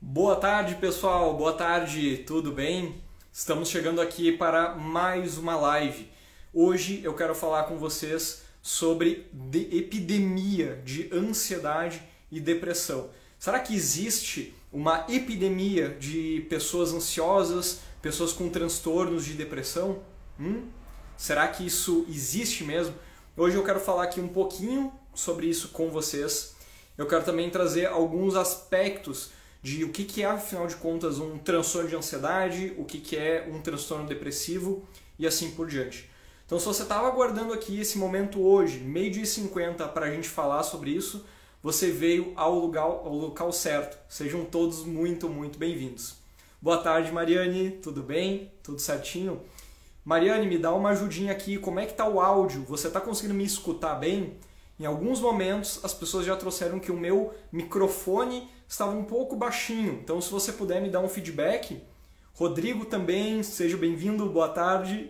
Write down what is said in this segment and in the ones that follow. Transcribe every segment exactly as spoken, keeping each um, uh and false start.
Boa tarde, pessoal. Boa tarde, tudo bem? Estamos chegando aqui para mais uma live. Hoje eu quero falar com vocês sobre de epidemia de ansiedade e depressão. Será que existe uma epidemia de pessoas ansiosas, pessoas com transtornos de depressão? Hum? Será que isso existe mesmo? Hoje eu quero falar aqui um pouquinho sobre isso com vocês. Eu quero também trazer alguns aspectos de o que é, afinal de contas, um transtorno de ansiedade, o que é um transtorno depressivo e assim por diante. Então, se você estava aguardando aqui esse momento hoje, meio-dia e cinquenta, para a gente falar sobre isso, você veio ao lugar, ao local certo. Sejam todos muito, muito bem-vindos. Boa tarde, Mariane. Tudo bem? Tudo certinho? Mariane, me dá uma ajudinha aqui. Como é que está o áudio? Você está conseguindo me escutar bem? Em alguns momentos, as pessoas já trouxeram que o meu microfone estava um pouco baixinho. Então, se você puder me dar um feedback. Rodrigo também, seja bem-vindo, boa tarde.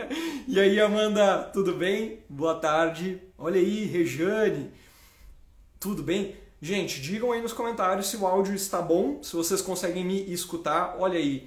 E aí, Amanda, tudo bem? Boa tarde. Olha aí, Rejane, tudo bem? Gente, digam aí nos comentários se o áudio está bom, se vocês conseguem me escutar. Olha aí,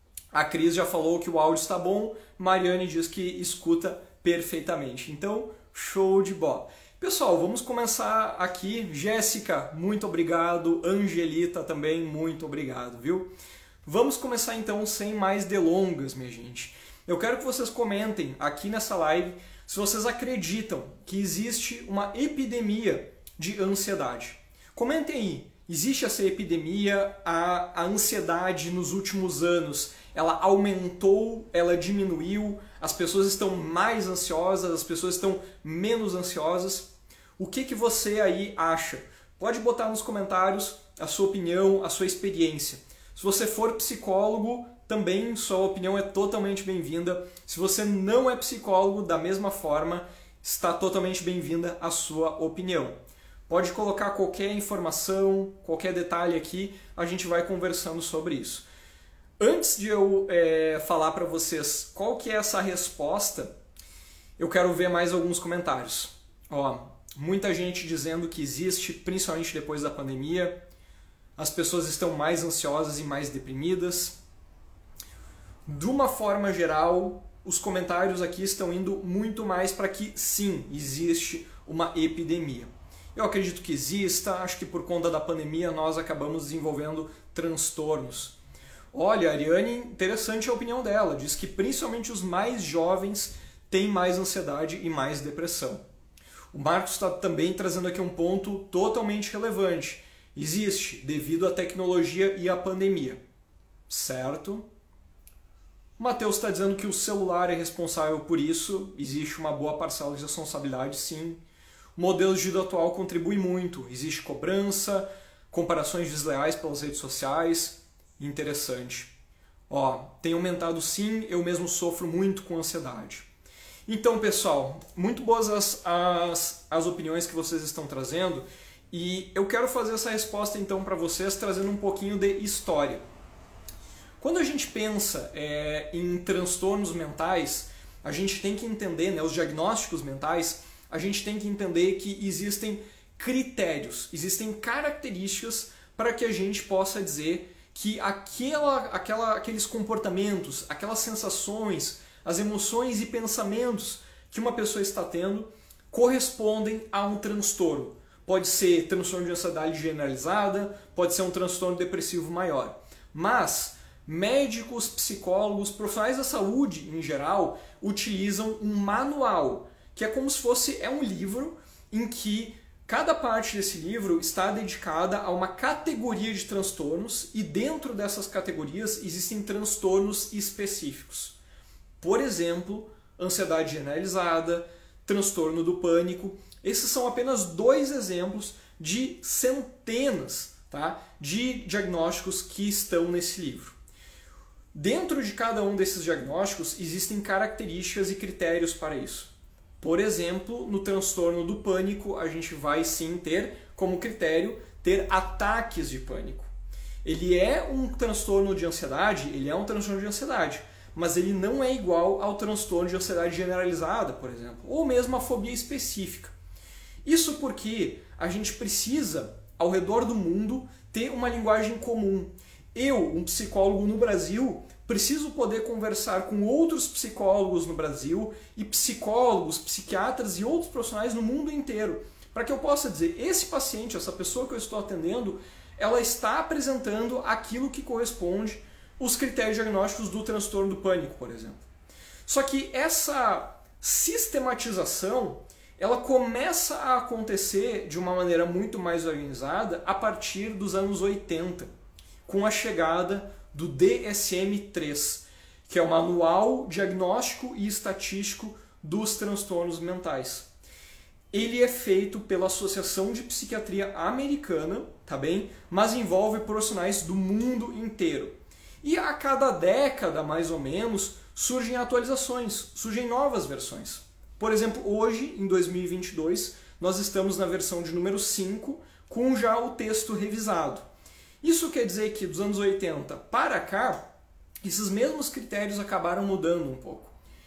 a Cris já falou que o áudio está bom, Mariane diz que escuta perfeitamente. Então, show de bola. Pessoal, vamos começar aqui. Jéssica, muito obrigado. Angelita também, muito obrigado, viu? Vamos começar então sem mais delongas, minha gente. Eu quero que vocês comentem aqui nessa live se vocês acreditam que existe uma epidemia de ansiedade. Comentem aí, existe essa epidemia? A, a ansiedade nos últimos anos, ela aumentou, ela diminuiu? As pessoas estão mais ansiosas, as pessoas estão menos ansiosas? O que, que você aí acha? Pode botar nos comentários a sua opinião, a sua experiência. Se você for psicólogo, também sua opinião é totalmente bem-vinda. Se você não é psicólogo, da mesma forma, está totalmente bem-vinda a sua opinião. Pode colocar qualquer informação, qualquer detalhe aqui, a gente vai conversando sobre isso. Antes de eu é, falar para vocês qual que é essa resposta, eu quero ver mais alguns comentários. Ó, muita gente dizendo que existe, principalmente depois da pandemia. As pessoas estão mais ansiosas e mais deprimidas. De uma forma geral, os comentários aqui estão indo muito mais para que sim, existe uma epidemia. Eu acredito que exista, acho que por conta da pandemia nós acabamos desenvolvendo transtornos. Olha, a Ariane, interessante a opinião dela, diz que principalmente os mais jovens têm mais ansiedade e mais depressão. O Marcos está também trazendo aqui um ponto totalmente relevante. Existe, devido à tecnologia e à pandemia. Certo? O Matheus está dizendo que o celular é responsável por isso. Existe uma boa parcela de responsabilidade, sim. O modelo de vida atual contribui muito. Existe cobrança, comparações desleais pelas redes sociais. Interessante. Ó, tem aumentado sim, eu mesmo sofro muito com ansiedade. Então, pessoal, muito boas as, as, as opiniões que vocês estão trazendo. E eu quero fazer essa resposta então para vocês trazendo um pouquinho de história. Quando a gente pensa é, em transtornos mentais, a gente tem que entender, né, os diagnósticos mentais, a gente tem que entender que existem critérios, existem características para que a gente possa dizer que aquela, aquela, aqueles comportamentos, aquelas sensações, as emoções e pensamentos que uma pessoa está tendo correspondem a um transtorno. Pode ser transtorno de ansiedade generalizada, pode ser um transtorno depressivo maior. Mas médicos, psicólogos, profissionais da saúde em geral utilizam um manual, que é como se fosse é um livro em que cada parte desse livro está dedicada a uma categoria de transtornos e dentro dessas categorias existem transtornos específicos. Por exemplo, ansiedade generalizada, transtorno do pânico. Esses são apenas dois exemplos de centenas, tá, de diagnósticos que estão nesse livro. Dentro de cada um desses diagnósticos existem características e critérios para isso. Por exemplo, no transtorno do pânico, a gente vai sim ter como critério ter ataques de pânico. Ele é um transtorno de ansiedade, ele é um transtorno de ansiedade, mas ele não é igual ao transtorno de ansiedade generalizada, por exemplo, ou mesmo a fobia específica. Isso porque a gente precisa, ao redor do mundo, ter uma linguagem comum. Eu, um psicólogo no Brasil, preciso poder conversar com outros psicólogos no Brasil e psicólogos, psiquiatras e outros profissionais no mundo inteiro, para que eu possa dizer, esse paciente, essa pessoa que eu estou atendendo, ela está apresentando aquilo que corresponde aos critérios diagnósticos do transtorno do pânico, por exemplo. Só que essa sistematização, ela começa a acontecer de uma maneira muito mais organizada a partir dos anos oitenta, com a chegada do D S M três, que é o Manual Diagnóstico e Estatístico dos Transtornos Mentais. Ele é feito pela Associação de Psiquiatria Americana, tá bem? Mas envolve profissionais do mundo inteiro. E a cada década, mais ou menos, surgem atualizações, surgem novas versões. Por exemplo, hoje, em dois mil e vinte e dois, nós estamos na versão de número cinco, com já o texto revisado. Isso quer dizer que dos anos oitenta para cá, esses mesmos critérios acabaram mudando um pouco.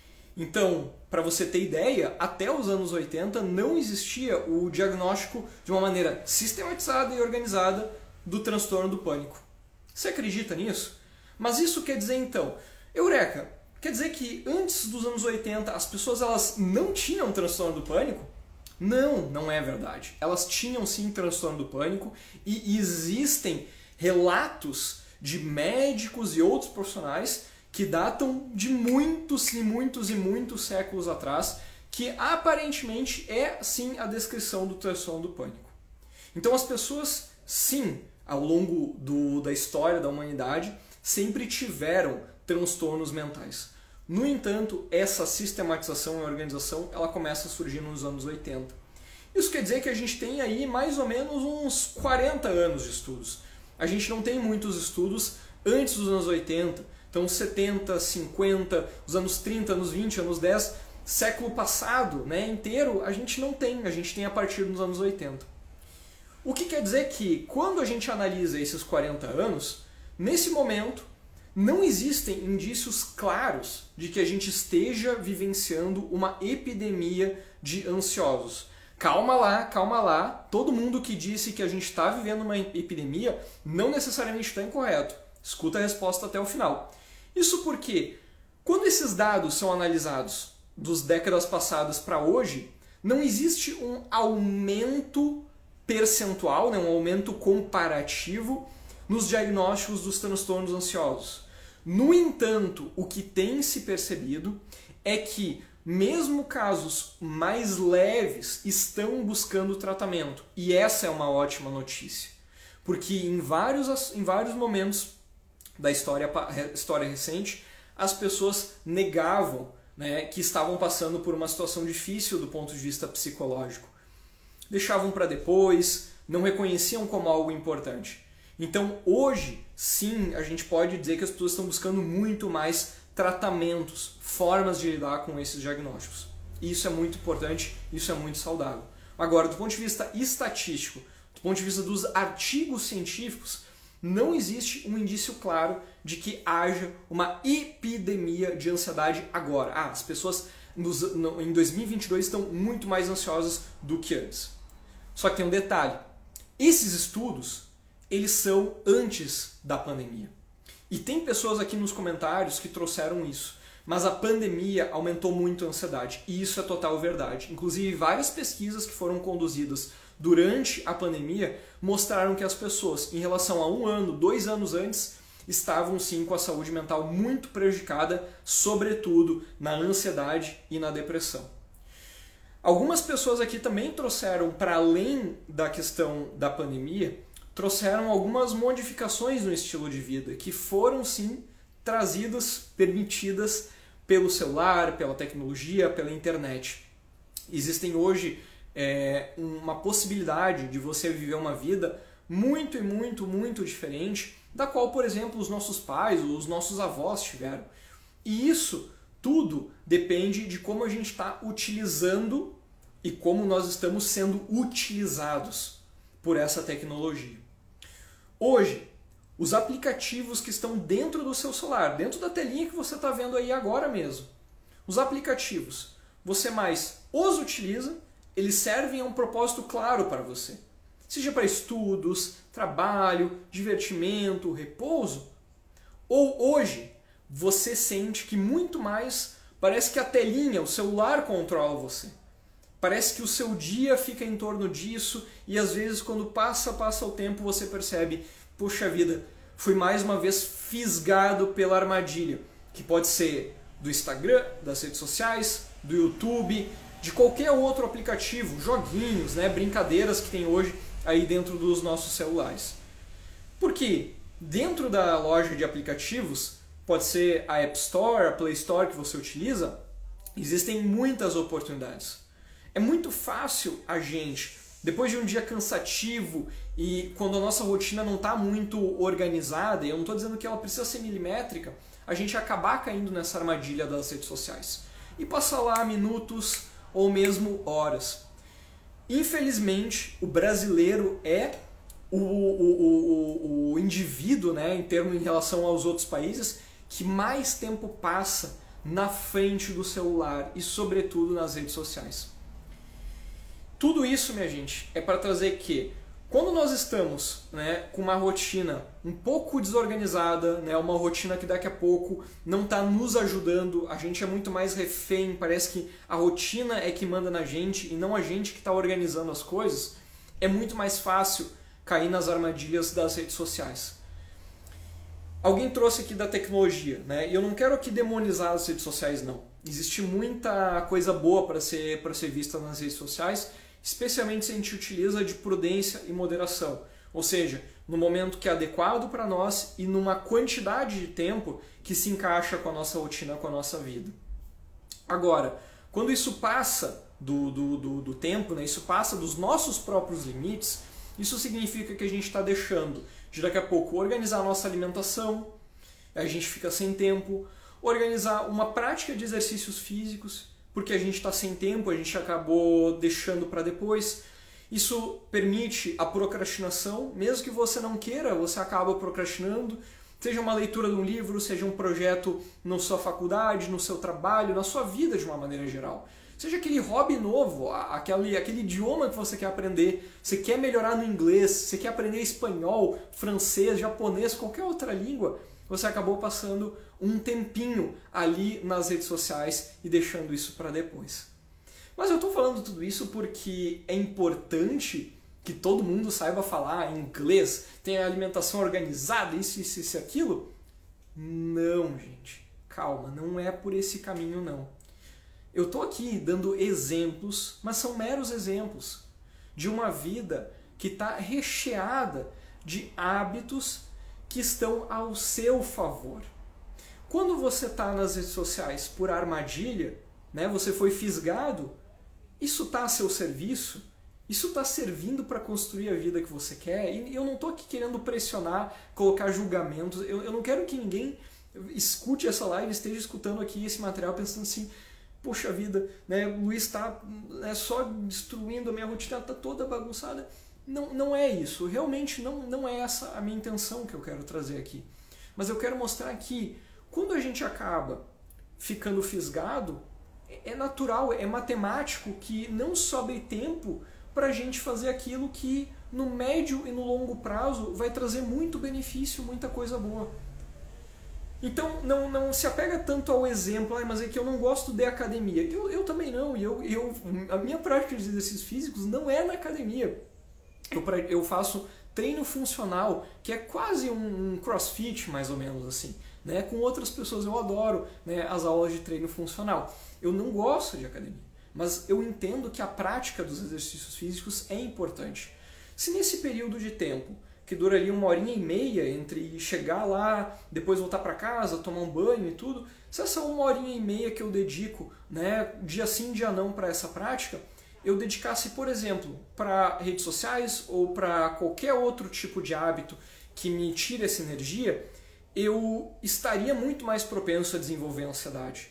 Então, para você ter ideia, até os anos oitenta não existia o diagnóstico de uma maneira sistematizada e organizada do transtorno do pânico. Você acredita nisso? Mas isso quer dizer então, eureka, quer dizer que antes dos anos oitenta as pessoas elas não tinham transtorno do pânico? Não, não é verdade. Elas tinham sim transtorno do pânico e existem relatos de médicos e outros profissionais que datam de muitos e muitos e muitos séculos atrás, que aparentemente é sim a descrição do transtorno do pânico. Então as pessoas, sim, ao longo do, da história da humanidade, sempre tiveram transtornos mentais. No entanto, essa sistematização e organização ela começa a surgir nos anos oitenta. Isso quer dizer que a gente tem aí mais ou menos uns quarenta anos de estudos. A gente não tem muitos estudos antes dos anos oitenta, então setenta, cinquenta, os anos trinta, anos vinte, anos dez, século passado, né, inteiro, a gente não tem, a gente tem a partir dos anos oitenta. O que quer dizer que quando a gente analisa esses quarenta anos, nesse momento não existem indícios claros de que a gente esteja vivenciando uma epidemia de ansiosos. Calma lá, calma lá, todo mundo que disse que a gente está vivendo uma epidemia não necessariamente está incorreto. Escuta a resposta até o final. Isso porque, quando esses dados são analisados dos décadas passadas para hoje, não existe um aumento percentual, né, um aumento comparativo nos diagnósticos dos transtornos ansiosos. No entanto, o que tem se percebido é que mesmo casos mais leves estão buscando tratamento. E essa é uma ótima notícia. Porque em vários, em vários momentos da história, história recente, as pessoas negavam, né, que estavam passando por uma situação difícil do ponto de vista psicológico. Deixavam para depois, não reconheciam como algo importante. Então hoje, sim, a gente pode dizer que as pessoas estão buscando muito mais tratamentos, formas de lidar com esses diagnósticos. Isso é muito importante, isso é muito saudável. Agora, do ponto de vista estatístico, do ponto de vista dos artigos científicos, não existe um indício claro de que haja uma epidemia de ansiedade agora. Ah, as pessoas nos, no, em dois mil e vinte e dois estão muito mais ansiosas do que antes. Só que tem um detalhe. Esses estudos, eles são antes da pandemia. E tem pessoas aqui nos comentários que trouxeram isso. Mas a pandemia aumentou muito a ansiedade. E isso é total verdade. Inclusive, várias pesquisas que foram conduzidas durante a pandemia mostraram que as pessoas, em relação a um ano, dois anos antes, estavam sim com a saúde mental muito prejudicada, sobretudo na ansiedade e na depressão. Algumas pessoas aqui também trouxeram, para além da questão da pandemia, trouxeram algumas modificações no estilo de vida, que foram sim trazidas, permitidas pelo celular, pela tecnologia, pela internet. Existem hoje é, uma possibilidade de você viver uma vida muito e muito, muito diferente da qual, por exemplo, os nossos pais ou os nossos avós tiveram. E isso tudo depende de como a gente está utilizando e como nós estamos sendo utilizados por essa tecnologia. Hoje, os aplicativos que estão dentro do seu celular, dentro da telinha que você está vendo aí agora mesmo, os aplicativos, você mais os utiliza, eles servem a um propósito claro para você. seja para estudos, trabalho, divertimento, repouso, ou hoje você sente que muito mais parece que a telinha, o celular controla você. Parece que o seu dia fica em torno disso e às vezes quando passa, passa o tempo você percebe, poxa vida, fui mais uma vez fisgado pela armadilha, que pode ser do Instagram, das redes sociais, do YouTube, de qualquer outro aplicativo, joguinhos, né, brincadeiras que tem hoje aí dentro dos nossos celulares. Porque dentro da loja de aplicativos, pode ser a App Store, a Play Store que você utiliza, existem muitas oportunidades. É muito fácil a gente, depois de um dia cansativo e quando a nossa rotina não está muito organizada, e eu não estou dizendo que ela precisa ser milimétrica, a gente acabar caindo nessa armadilha das redes sociais e passar lá minutos ou mesmo horas. Infelizmente, o brasileiro é o, o, o, o indivíduo, né, em termos em relação aos outros países, que mais tempo passa na frente do celular e, sobretudo, nas redes sociais. Tudo isso, minha gente, é para trazer que quando nós estamos, né, com uma rotina um pouco desorganizada, né, uma rotina que daqui a pouco não está nos ajudando, a gente é muito mais refém, parece que a rotina é que manda na gente e não a gente que está organizando as coisas, é muito mais fácil cair nas armadilhas das redes sociais. Alguém trouxe aqui da tecnologia, né? E eu não quero aqui demonizar as redes sociais, não. Existe muita coisa boa para ser, para ser vista nas redes sociais, especialmente se a gente utiliza de prudência e moderação. Ou seja, no momento que é adequado para nós e numa quantidade de tempo que se encaixa com a nossa rotina, com a nossa vida. Agora, quando isso passa do, do, do, do tempo, né? Isso passa dos nossos próprios limites, isso significa que a gente está deixando de daqui a pouco organizar a nossa alimentação, a gente fica sem tempo, organizar uma prática de exercícios físicos, porque a gente está sem tempo, a gente acabou deixando para depois. Isso permite a procrastinação, mesmo que você não queira, você acaba procrastinando, seja uma leitura de um livro, seja um projeto na sua faculdade, no seu trabalho, na sua vida de uma maneira geral. Seja aquele hobby novo, aquele, aquele idioma que você quer aprender, você quer melhorar no inglês, você quer aprender espanhol, francês, japonês, qualquer outra língua, você acabou passando um tempinho ali nas redes sociais e deixando isso para depois. Mas eu estou falando tudo isso porque é importante que todo mundo saiba falar inglês, tenha alimentação organizada, isso, isso, isso, aquilo? Não, gente. Calma, não é por esse caminho, não. Eu estou aqui dando exemplos, mas são meros exemplos, de uma vida que está recheada de hábitos que estão ao seu favor. Quando você está nas redes sociais por armadilha, né, você foi fisgado, isso está a seu serviço? Isso está servindo para construir a vida que você quer? E eu não estou aqui querendo pressionar, colocar julgamentos, eu, eu não quero que ninguém escute essa live, esteja escutando aqui esse material pensando assim, poxa vida, né, o Luiz está né, só destruindo a minha rotina, está toda bagunçada. Não, não é isso, realmente não, não é essa a minha intenção que eu quero trazer aqui. Mas eu quero mostrar que quando a gente acaba ficando fisgado, é natural, é matemático que não sobre tempo para a gente fazer aquilo que no médio e no longo prazo vai trazer muito benefício, muita coisa boa. Então não, não se apega tanto ao exemplo, ah, mas é que eu não gosto de academia. Eu, eu também não, e eu, eu, a minha prática de exercícios físicos não é na academia. Eu, eu faço treino funcional, que é quase um, um crossfit, mais ou menos assim. Né? Com outras pessoas eu adoro né, as aulas de treino funcional. Eu não gosto de academia, mas eu entendo que a prática dos exercícios físicos é importante. Se nesse período de tempo, que dura ali uma horinha e meia entre chegar lá, depois voltar para casa, tomar um banho e tudo, se essa uma horinha e meia que eu dedico, né, dia sim, dia não, para essa prática, eu dedicasse, por exemplo, para redes sociais ou para qualquer outro tipo de hábito que me tire essa energia, eu estaria muito mais propenso a desenvolver ansiedade.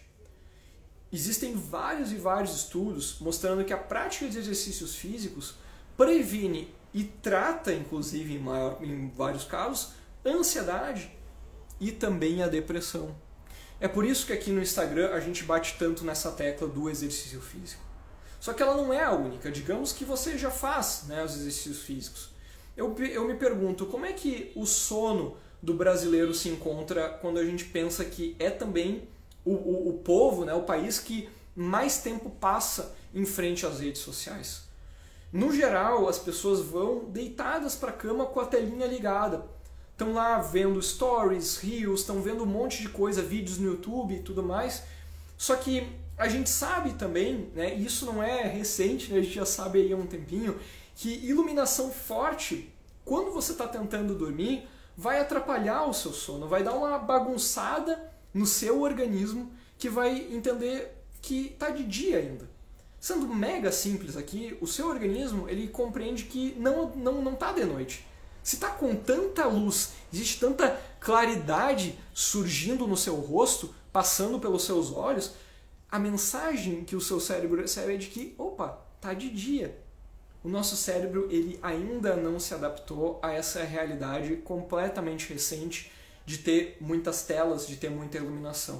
Existem vários e vários estudos mostrando que a prática de exercícios físicos previne e trata, inclusive, em, maior, em vários casos, a ansiedade e também a depressão. É por isso que aqui no Instagram a gente bate tanto nessa tecla do exercício físico. Só que ela não é a única. Digamos que você já faz, né, os exercícios físicos. Eu, eu me pergunto, como é que o sono do brasileiro se encontra quando a gente pensa que é também o, o, o povo, né, o país que mais tempo passa em frente às redes sociais? No geral, as pessoas vão deitadas para a cama com a telinha ligada. Estão lá vendo stories, reels, estão vendo um monte de coisa, vídeos no YouTube e tudo mais. Só que a gente sabe também, né, e isso não é recente, né, a gente já sabe aí há um tempinho, que iluminação forte, quando você está tentando dormir, vai atrapalhar o seu sono, vai dar uma bagunçada no seu organismo que vai entender que está de dia ainda. Sendo mega simples aqui, o seu organismo ele compreende que não não não está de noite. Se está com tanta luz, existe tanta claridade surgindo no seu rosto, passando pelos seus olhos, a mensagem que o seu cérebro recebe é de que, opa, tá de dia. O nosso cérebro ele ainda não se adaptou a essa realidade completamente recente de ter muitas telas, de ter muita iluminação.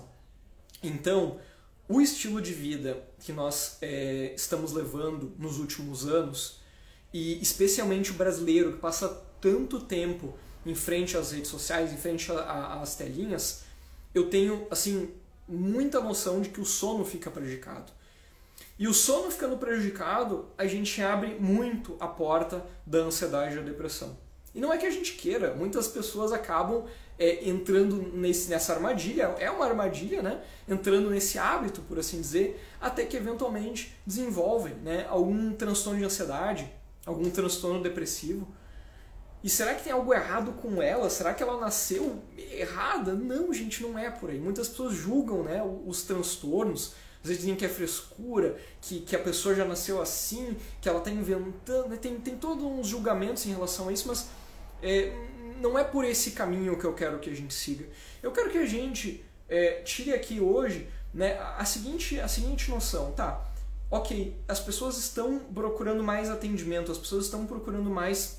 Então, o estilo de vida que nós é, estamos levando nos últimos anos, e especialmente o brasileiro que passa tanto tempo em frente às redes sociais, em frente às telinhas, eu tenho assim muita noção de que o sono fica prejudicado. E o sono ficando prejudicado, a gente abre muito a porta da ansiedade e da depressão. E não é que a gente queira, muitas pessoas acabam é, entrando nesse, nessa armadilha, é uma armadilha, né? Entrando nesse hábito, por assim dizer, até que eventualmente desenvolvem, né, algum transtorno de ansiedade, algum transtorno depressivo. E será que tem algo errado com ela? Será que ela nasceu errada? Não, gente, não é por aí. Muitas pessoas julgam, né, os transtornos, às vezes dizem que é frescura, que, que a pessoa já nasceu assim, que ela está inventando, tem, tem todos uns julgamentos em relação a isso, mas é, não é por esse caminho que eu quero que a gente siga. Eu quero que a gente é, tire aqui hoje, né, a, seguinte, a seguinte noção, tá? Ok, as pessoas estão procurando mais atendimento, as pessoas estão procurando mais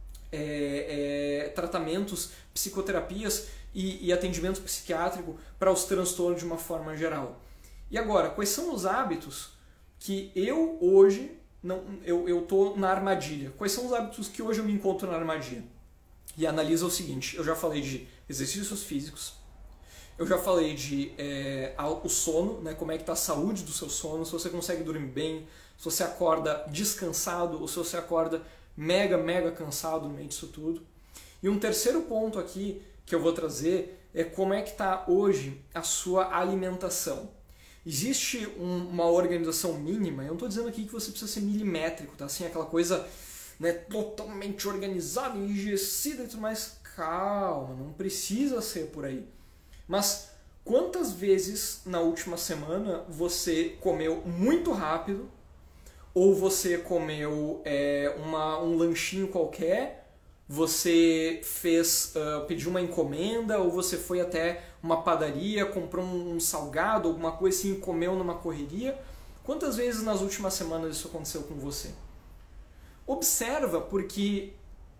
É, é, tratamentos, psicoterapias e, e atendimento psiquiátrico para os transtornos de uma forma geral. E agora, quais são os hábitos que eu hoje não, eu eu tô na armadilha? Quais são os hábitos que hoje eu me encontro na armadilha? E analisa o seguinte: eu já falei de exercícios físicos, eu já falei de é, o sono, né, como é que está a saúde do seu sono, se você consegue dormir bem, se você acorda descansado ou se você acorda mega, mega cansado no meio disso tudo. E um terceiro ponto aqui que eu vou trazer é como é que está hoje a sua alimentação. Existe um, uma organização mínima, eu não estou dizendo aqui que você precisa ser milimétrico, tá? Assim, aquela coisa, né, totalmente organizada, enrijecida e tudo mais. Calma, não precisa ser por aí. Mas quantas vezes na última semana você comeu muito rápido, ou você comeu é, uma, um lanchinho qualquer, você fez, uh, pediu uma encomenda, ou você foi até uma padaria, comprou um salgado, alguma coisa assim, e comeu numa correria. Quantas vezes nas últimas semanas isso aconteceu com você? Observa, porque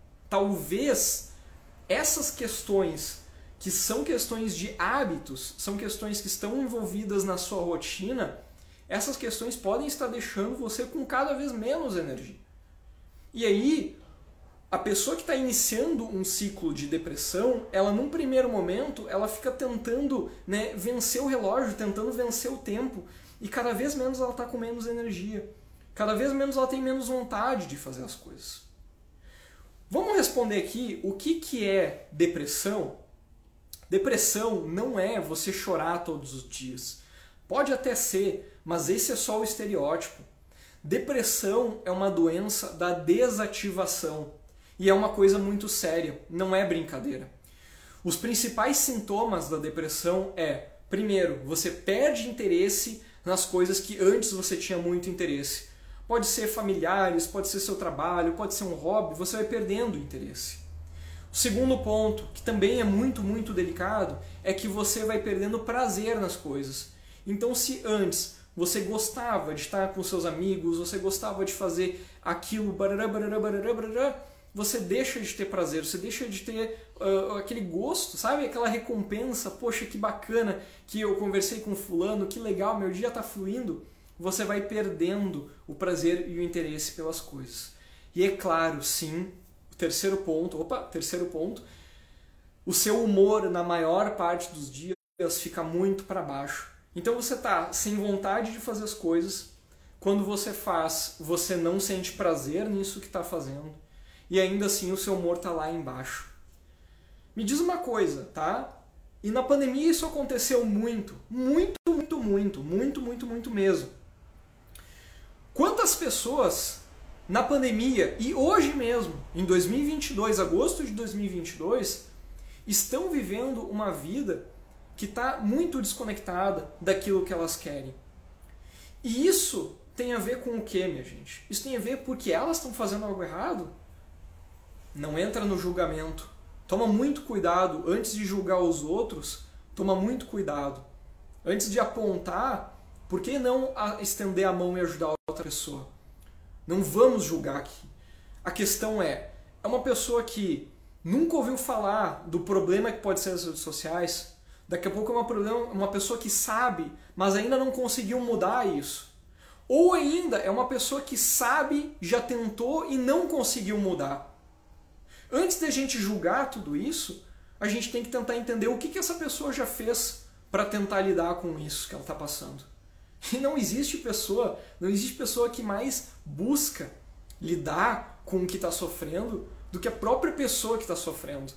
talvez essas questões, que são questões de hábitos, são questões que estão envolvidas na sua rotina, essas questões podem estar deixando você com cada vez menos energia. E aí, a pessoa que está iniciando um ciclo de depressão, ela num primeiro momento, ela fica tentando, né, vencer o relógio, tentando vencer o tempo, e cada vez menos ela está com menos energia. Cada vez menos ela tem menos vontade de fazer as coisas. Vamos responder aqui o que, que é depressão? Depressão não é você chorar todos os dias. Pode até ser, mas esse é só o estereótipo. Depressão é uma doença da desativação e é uma coisa muito séria, não é brincadeira. Os principais sintomas da depressão é, primeiro, você perde interesse nas coisas que antes você tinha muito interesse. Pode ser familiares, pode ser seu trabalho, pode ser um hobby, você vai perdendo interesse. O segundo ponto, que também é muito, muito delicado, é que você vai perdendo prazer nas coisas. Então, se antes você gostava de estar com seus amigos, você gostava de fazer aquilo, barará, barará, barará, barará, você deixa de ter prazer, você deixa de ter uh, aquele gosto, sabe? Aquela recompensa, poxa, que bacana que eu conversei com fulano, que legal, meu dia está fluindo. você vai perdendo o prazer e o interesse pelas coisas. E é claro, sim, o terceiro ponto, opa, terceiro ponto, o seu humor na maior parte dos dias fica muito para baixo. Então você está sem vontade de fazer as coisas, quando você faz, você não sente prazer nisso que está fazendo, e ainda assim o seu humor está lá embaixo. Me diz uma coisa, tá? E na pandemia isso aconteceu muito, muito, muito, muito, muito, muito, muito mesmo. Quantas pessoas na pandemia e hoje mesmo, em dois mil e vinte e dois, agosto de dois mil e vinte e dois, estão vivendo uma vida que está muito desconectada daquilo que elas querem? E isso tem a ver com o que, minha gente? Isso tem a ver porque elas estão fazendo algo errado? Não entra no julgamento. Toma muito cuidado antes de julgar os outros. Toma muito cuidado. Antes de apontar, por que não estender a mão e ajudar a outra pessoa? Não vamos julgar aqui. A questão é, é uma pessoa que nunca ouviu falar do problema que pode ser as redes sociais. Daqui a pouco é uma, problema, uma pessoa que sabe, mas ainda não conseguiu mudar isso. Ou ainda é uma pessoa que sabe, já tentou e não conseguiu mudar. Antes de a gente julgar tudo isso, a gente tem que tentar entender o que, que essa pessoa já fez para tentar lidar com isso que ela está passando. E não existe pessoa, não existe pessoa que mais busca lidar com o que está sofrendo do que a própria pessoa que está sofrendo.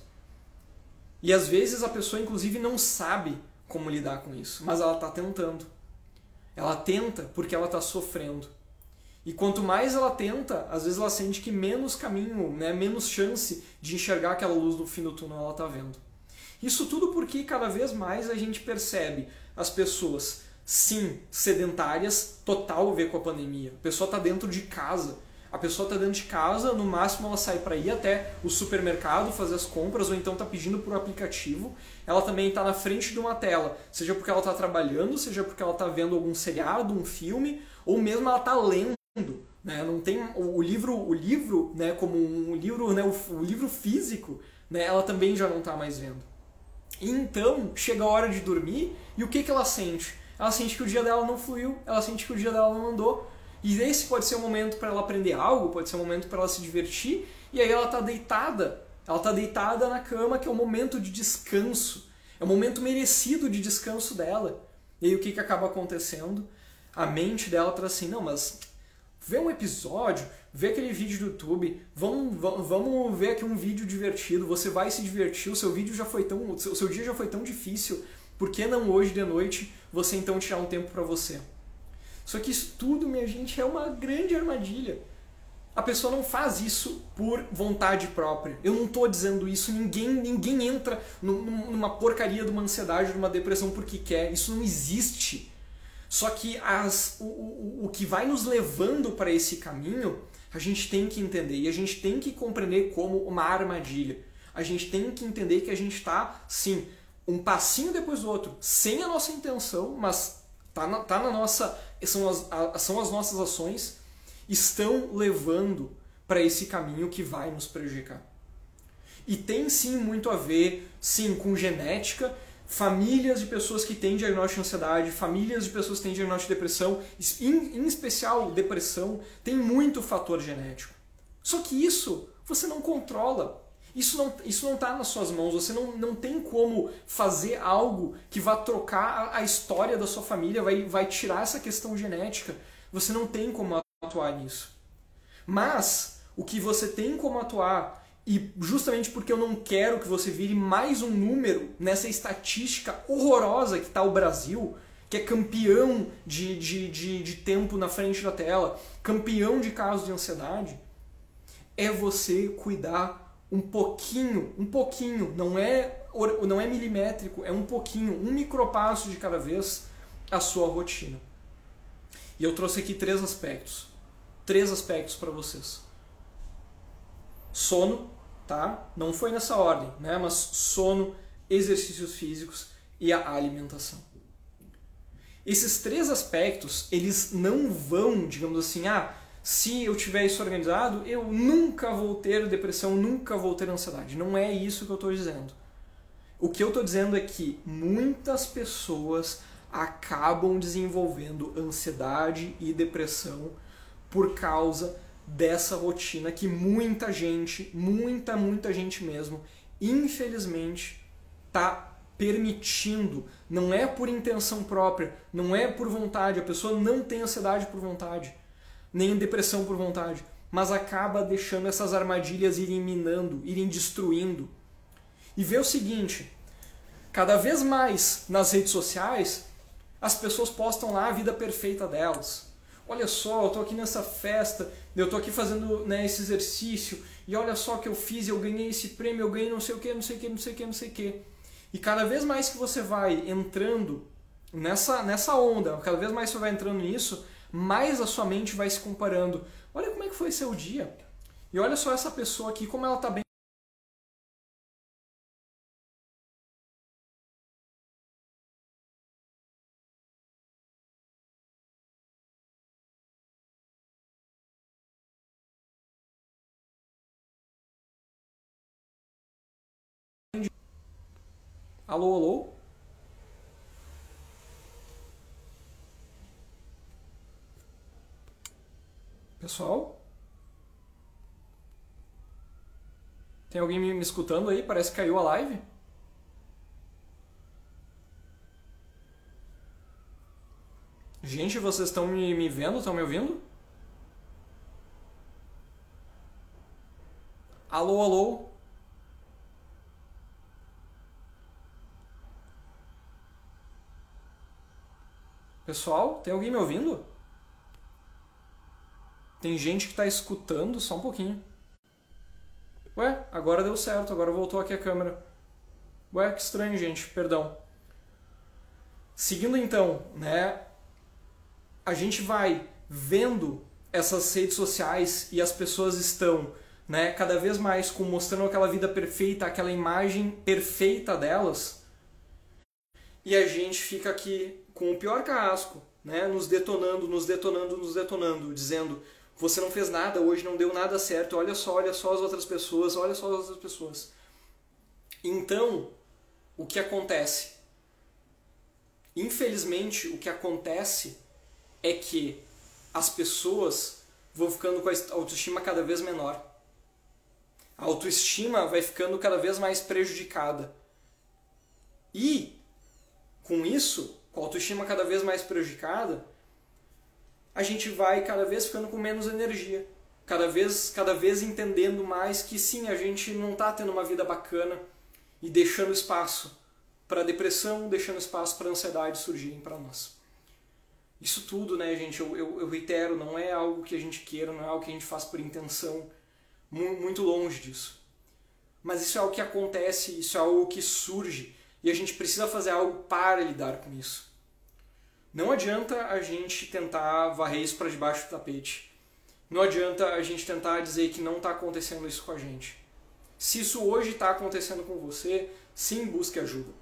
E às vezes a pessoa inclusive não sabe como lidar com isso, mas ela está tentando. Ela tenta porque ela está sofrendo. E quanto mais ela tenta, às vezes ela sente que menos caminho, né, menos chance de enxergar aquela luz no fim do túnel ela está vendo. Isso tudo porque cada vez mais a gente percebe as pessoas, sim, sedentárias, total a ver com a pandemia. A pessoa está dentro de casa. A pessoa está dentro de casa, no máximo ela sai para ir até o supermercado fazer as compras, ou então está pedindo por um aplicativo. Ela também está na frente de uma tela, seja porque ela está trabalhando, seja porque ela está vendo algum seriado, um filme, ou mesmo ela está lendo. Né? Não tem o livro, o livro, né, como um livro, né, o, o livro físico, né, ela também já não está mais vendo. E então chega a hora de dormir e o que, que ela sente? Ela sente que o dia dela não fluiu, ela sente que o dia dela não andou. E esse pode ser um momento para ela aprender algo, pode ser um momento para ela se divertir, e aí ela está deitada, ela está deitada na cama, que é um momento de descanso, é um momento merecido de descanso dela. E aí o que, que acaba acontecendo? A mente dela traz assim, não, mas vê um episódio, vê aquele vídeo do YouTube, vamos, vamos ver aqui um vídeo divertido, você vai se divertir, o seu vídeo já foi tão, o seu dia já foi tão difícil, por que não hoje de noite você então tirar um tempo para você? Só que isso tudo, minha gente, é uma grande armadilha. A pessoa não faz isso por vontade própria. Eu não estou dizendo isso, ninguém, ninguém entra numa porcaria de uma ansiedade, de uma depressão porque quer. Isso não existe. Só que as, o, o, o que vai nos levando para esse caminho, a gente tem que entender. E a gente tem que compreender como uma armadilha. A gente tem que entender que a gente está, sim, um passinho depois do outro, sem a nossa intenção, mas Tá na, tá na nossa, são, as, a, são as nossas ações estão levando para esse caminho que vai nos prejudicar. E tem sim muito a ver, sim, com genética, famílias de pessoas que têm diagnóstico de ansiedade, famílias de pessoas que têm diagnóstico de depressão, em, em especial depressão, tem muito fator genético. Só que isso você não controla. Isso não isso não está nas suas mãos, você não, não tem como fazer algo que vá trocar a, a história da sua família, vai, vai tirar essa questão genética. Você não tem como atuar nisso. Mas o que você tem como atuar, e justamente porque eu não quero que você vire mais um número nessa estatística horrorosa que está o Brasil, que é campeão de, de, de, de tempo na frente da tela, campeão de casos de ansiedade, é você cuidar um pouquinho, um pouquinho, não é, não é milimétrico, é um pouquinho, um micropasso de cada vez a sua rotina. E eu trouxe aqui três aspectos. Três aspectos para vocês. Sono, tá? Não foi nessa ordem, né? Mas sono, exercícios físicos e a alimentação. Esses três aspectos, eles não vão, digamos assim, ah, se eu tiver isso organizado, eu nunca vou ter depressão, nunca vou ter ansiedade. Não é isso que eu estou dizendo. O que eu estou dizendo é que muitas pessoas acabam desenvolvendo ansiedade e depressão por causa dessa rotina que muita gente, muita, muita gente mesmo, infelizmente, está permitindo. Não é por intenção própria, não é por vontade, a pessoa não tem ansiedade por vontade, nem depressão por vontade, mas acaba deixando essas armadilhas irem minando, irem destruindo. E vê o seguinte, cada vez mais nas redes sociais, as pessoas postam lá a vida perfeita delas. Olha só, eu tô aqui nessa festa, eu tô aqui fazendo, né, esse exercício, e olha só o que eu fiz, eu ganhei esse prêmio, eu ganhei não sei o que, não sei o que, não sei o que, não sei o que. E cada vez mais que você vai entrando nessa, nessa onda, cada vez mais você vai entrando nisso, mais a sua mente vai se comparando. Olha como é que foi seu dia. E olha só essa pessoa aqui, como ela tá bem. Alô, alô? Pessoal? Tem alguém me escutando aí? Parece que caiu a live. Gente, vocês estão me, me vendo? Estão me ouvindo? Alô, alô? Pessoal, tem alguém me ouvindo? Tem gente que está escutando, só um pouquinho. Ué, agora deu certo, agora voltou aqui a câmera. Ué, que estranho, gente, perdão. Seguindo então, né, a gente vai vendo essas redes sociais e as pessoas estão, né, cada vez mais com, mostrando aquela vida perfeita, aquela imagem perfeita delas, e a gente fica aqui com o pior carrasco, né, nos detonando, nos detonando, nos detonando, dizendo: você não fez nada, hoje não deu nada certo, olha só, olha só as outras pessoas, olha só as outras pessoas. Então, o que acontece? Infelizmente, o que acontece é que as pessoas vão ficando com a autoestima cada vez menor. A autoestima vai ficando cada vez mais prejudicada. E, com isso, com a autoestima cada vez mais prejudicada, a gente vai cada vez ficando com menos energia. Cada vez, cada vez entendendo mais que sim, a gente não está tendo uma vida bacana e deixando espaço para a depressão, deixando espaço para a ansiedade surgirem para nós. Isso tudo, né, gente, eu, eu, eu reitero, não é algo que a gente queira, não é algo que a gente faz por intenção, muito longe disso. Mas isso é algo que acontece, isso é algo que surge e a gente precisa fazer algo para lidar com isso. Não adianta a gente tentar varrer isso para debaixo do tapete. Não adianta a gente tentar dizer que não está acontecendo isso com a gente. Se isso hoje está acontecendo com você, sim, busque ajuda.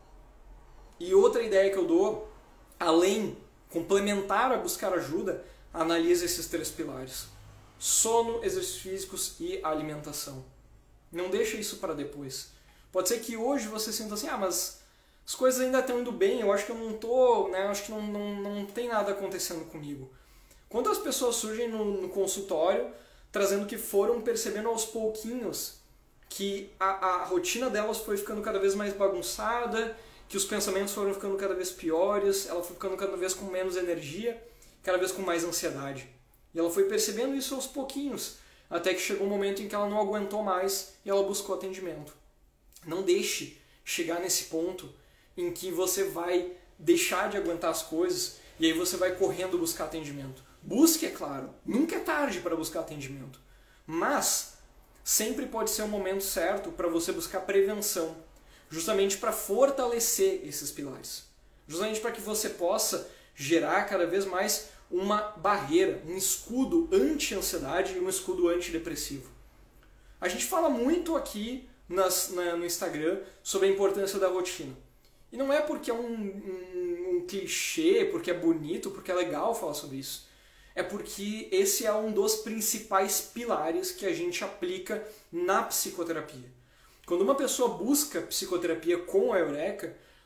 E outra ideia que eu dou, além, complementar a buscar ajuda, analise esses três pilares. Sono, exercícios físicos e alimentação. Não deixa isso para depois. Pode ser que hoje você sinta assim, ah, mas as coisas ainda estão indo bem, eu acho que eu não tô, né, eu acho que não, não, não tem nada acontecendo comigo. Quantas pessoas surgem no, no consultório trazendo que foram percebendo aos pouquinhos que a, a rotina delas foi ficando cada vez mais bagunçada, que os pensamentos foram ficando cada vez piores, ela foi ficando cada vez com menos energia, cada vez com mais ansiedade. E ela foi percebendo isso aos pouquinhos, até que chegou um momento em que ela não aguentou mais e ela buscou atendimento. Não deixe chegar nesse ponto em que você vai deixar de aguentar as coisas e aí você vai correndo buscar atendimento. Busque, é claro, nunca é tarde para buscar atendimento, mas sempre pode ser o momento certo para você buscar prevenção, justamente para fortalecer esses pilares, justamente para que você possa gerar cada vez mais uma barreira, um escudo anti-ansiedade e um escudo antidepressivo. A gente fala muito aqui nas, na, no Instagram sobre a importância da rotina. E não é porque é um, um, um clichê, porque é bonito, porque é legal falar sobre isso. É porque esse é um dos principais pilares que a gente aplica na psicoterapia. Quando uma pessoa busca psicoterapia com a Eureka,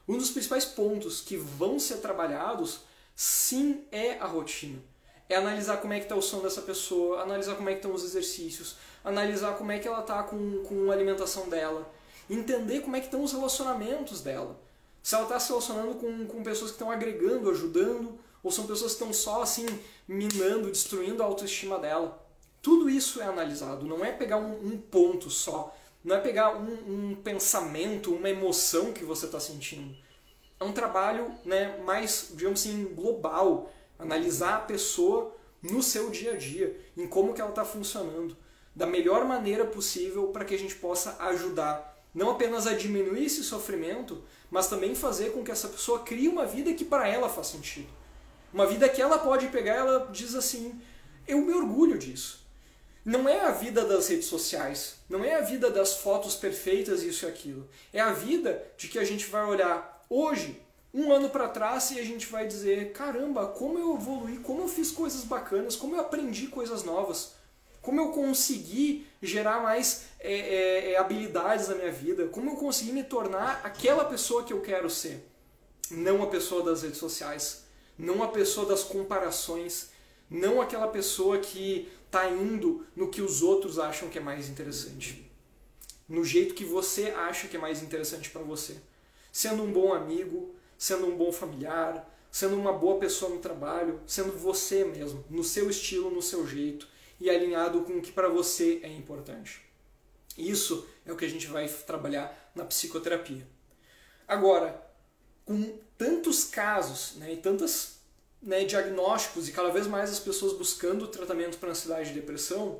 Um dos principais pontos que vão ser trabalhados, sim, é a rotina. É analisar como é que está o sono dessa pessoa, analisar como é que estão os exercícios, analisar como é que ela está com, com a alimentação dela, entender como é que estão os relacionamentos dela. Se ela está se relacionando com, com pessoas que estão agregando, ajudando, ou são pessoas que estão só assim minando, destruindo a autoestima dela. Tudo isso é analisado, não é pegar um, um ponto só, não é pegar um, um pensamento, uma emoção que você está sentindo. É um trabalho, né, mais, digamos assim, global, analisar a pessoa no seu dia a dia, em como que ela está funcionando, da melhor maneira possível para que a gente possa ajudar, não apenas a diminuir esse sofrimento, mas também fazer com que essa pessoa crie uma vida que para ela faz sentido. Uma vida que ela pode pegar, ela diz assim, eu me orgulho disso. Não é a vida das redes sociais, não é a vida das fotos perfeitas, isso e aquilo. É a vida de que a gente vai olhar hoje, um ano para trás, e a gente vai dizer, caramba, como eu evoluí, como eu fiz coisas bacanas, como eu aprendi coisas novas, como eu consegui gerar mais é, é, habilidades na minha vida, como eu consegui me tornar aquela pessoa que eu quero ser. Não a pessoa das redes sociais, não a pessoa das comparações, não aquela pessoa que está indo no que os outros acham que é mais interessante. No jeito que você acha que é mais interessante para você. Sendo um bom amigo, sendo um bom familiar, sendo uma boa pessoa no trabalho, sendo você mesmo, no seu estilo, no seu jeito, e alinhado com o que para você é importante. Isso é o que a gente vai trabalhar na psicoterapia. Agora, com tantos casos, né, e tantos, né, diagnósticos, e cada vez mais as pessoas buscando tratamento para ansiedade e depressão,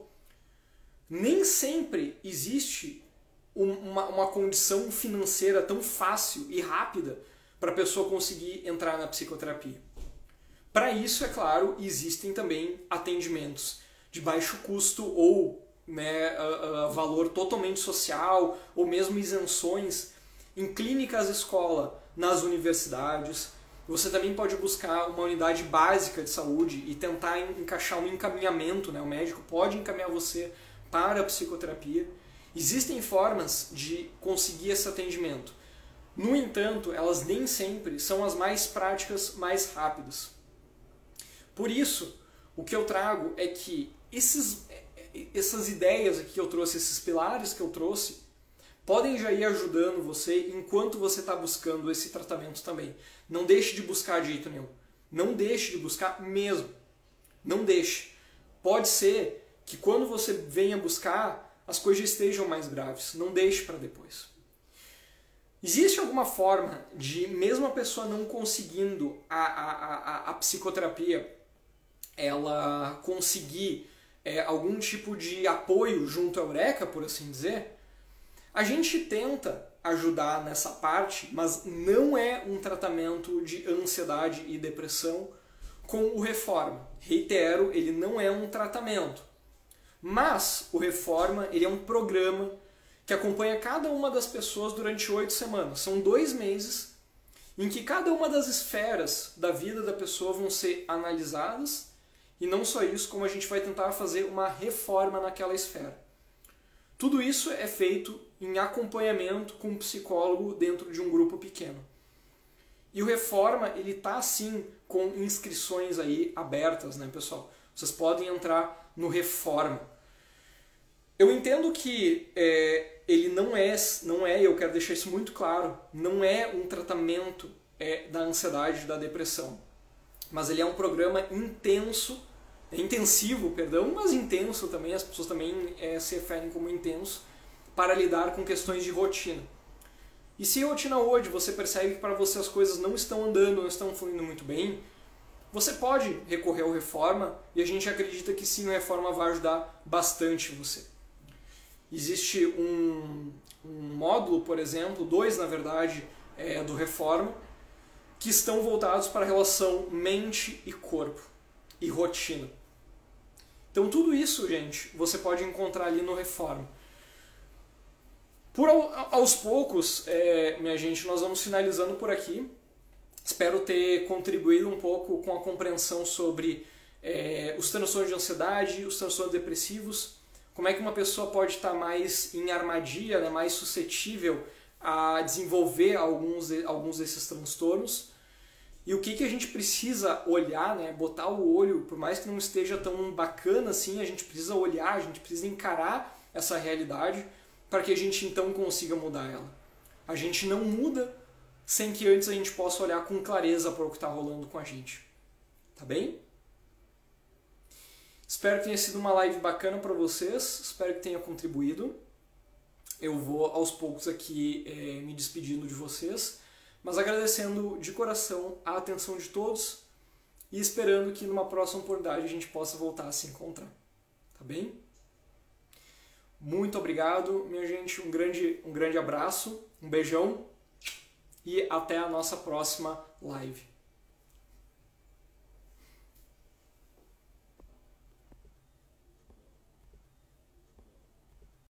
nem sempre existe uma, uma condição financeira tão fácil e rápida para a pessoa conseguir entrar na psicoterapia. Para isso, é claro, existem também atendimentos de baixo custo ou, né, a, a valor totalmente social, ou mesmo isenções em clínicas escola, nas universidades. Você também pode buscar uma unidade básica de saúde e tentar encaixar um encaminhamento, né? O médico pode encaminhar você para a psicoterapia. Existem formas de conseguir esse atendimento. No entanto, elas nem sempre são as mais práticas, mais rápidas. Por isso, o que eu trago é que esses, essas ideias aqui que eu trouxe, esses pilares que eu trouxe, podem já ir ajudando você enquanto você está buscando esse tratamento também. Não deixe de buscar de jeito nenhum. Não deixe de buscar mesmo. Não deixe. Pode ser que quando você venha buscar, as coisas estejam mais graves. Não deixe para depois. Existe alguma forma de, mesmo a pessoa não conseguindo a, a, a, a psicoterapia, ela conseguir é, algum tipo de apoio junto à Eureka, por assim dizer? A gente tenta ajudar nessa parte, mas não é um tratamento de ansiedade e depressão com o Reforma. Reitero, ele não é um tratamento. Mas o Reforma, ele é um programa que acompanha cada uma das pessoas durante oito semanas. São dois meses em que cada uma das esferas da vida da pessoa vão ser analisadas, e não só isso, como a gente vai tentar fazer uma reforma naquela esfera. Tudo isso é feito em acompanhamento com um psicólogo dentro de um grupo pequeno. E o Reforma, ele está sim com inscrições aí abertas, né, pessoal? Vocês podem entrar no Reforma. Eu entendo que é, ele não é, não é, eu quero deixar isso muito claro, não é um tratamento é, da ansiedade e da depressão. Mas ele é um programa intenso, é intensivo, perdão, mas intenso também, as pessoas também é, se referem como intenso, para lidar com questões de rotina. E se a rotina hoje você percebe que para você as coisas não estão andando, não estão fluindo muito bem, você pode recorrer ao Reforma, e a gente acredita que sim, o Reforma vai ajudar bastante você. Existe um, um módulo, por exemplo, dois na verdade, é, do Reforma, que estão voltados para a relação mente e corpo, e rotina. Então tudo isso, gente, você pode encontrar ali no Reforma. Por aos poucos, é, minha gente, nós vamos finalizando por aqui. Espero ter contribuído um pouco com a compreensão sobre é, os transtornos de ansiedade, os transtornos depressivos, como é que uma pessoa pode estar mais em armadilha, né, mais suscetível a desenvolver alguns, alguns desses transtornos. E o que, que a gente precisa olhar, né? Botar o olho, por mais que não esteja tão bacana assim, a gente precisa olhar, a gente precisa encarar essa realidade para que a gente então consiga mudar ela. A gente não muda sem que antes a gente possa olhar com clareza para o que está rolando com a gente. Tá bem? Espero que tenha sido uma live bacana para vocês, espero que tenha contribuído. Eu vou aos poucos aqui é, me despedindo de vocês, mas agradecendo de coração a atenção de todos e esperando que numa próxima oportunidade a gente possa voltar a se encontrar. Tá bem? Muito obrigado, minha gente. Um grande, um grande abraço, um beijão e até a nossa próxima live.